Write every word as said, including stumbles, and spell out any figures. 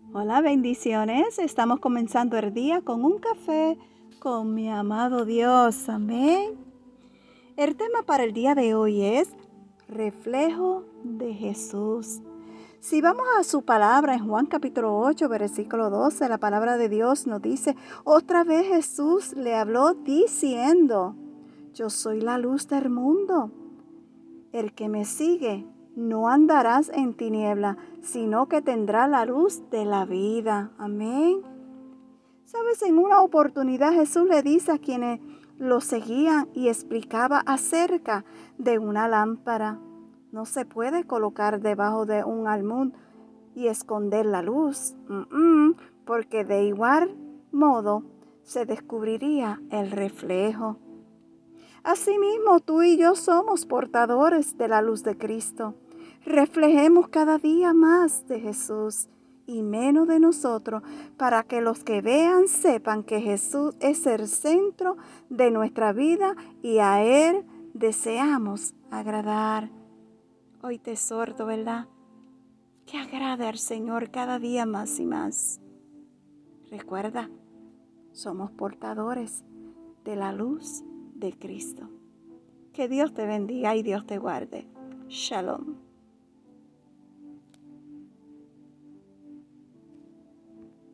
Hola, bendiciones. Estamos comenzando el día con un café con mi amado Dios. Amén. El tema para el día de hoy es reflejo de Jesús. Si vamos a su palabra en Juan capítulo ocho, versículo doce, la palabra de Dios nos dice, otra vez Jesús le habló diciendo, yo soy la luz del mundo. El que me sigue no andarás en tiniebla, sino que tendrá la luz de la vida. Amén. Sabes, en una oportunidad Jesús le dice a quienes lo seguían y explicaba acerca de una lámpara. No se puede colocar debajo de un almud y esconder la luz, Mm-mm, porque de igual modo se descubriría el reflejo. Asimismo, tú y yo somos portadores de la luz de Cristo. Reflejemos cada día más de Jesús y menos de nosotros, para que los que vean sepan que Jesús es el centro de nuestra vida y a Él deseamos agradar. Hoy te exhorto, ¿verdad? Que agrade al Señor cada día más y más. Recuerda, somos portadores de la luz de Cristo. Que Dios te bendiga y Dios te guarde. Shalom.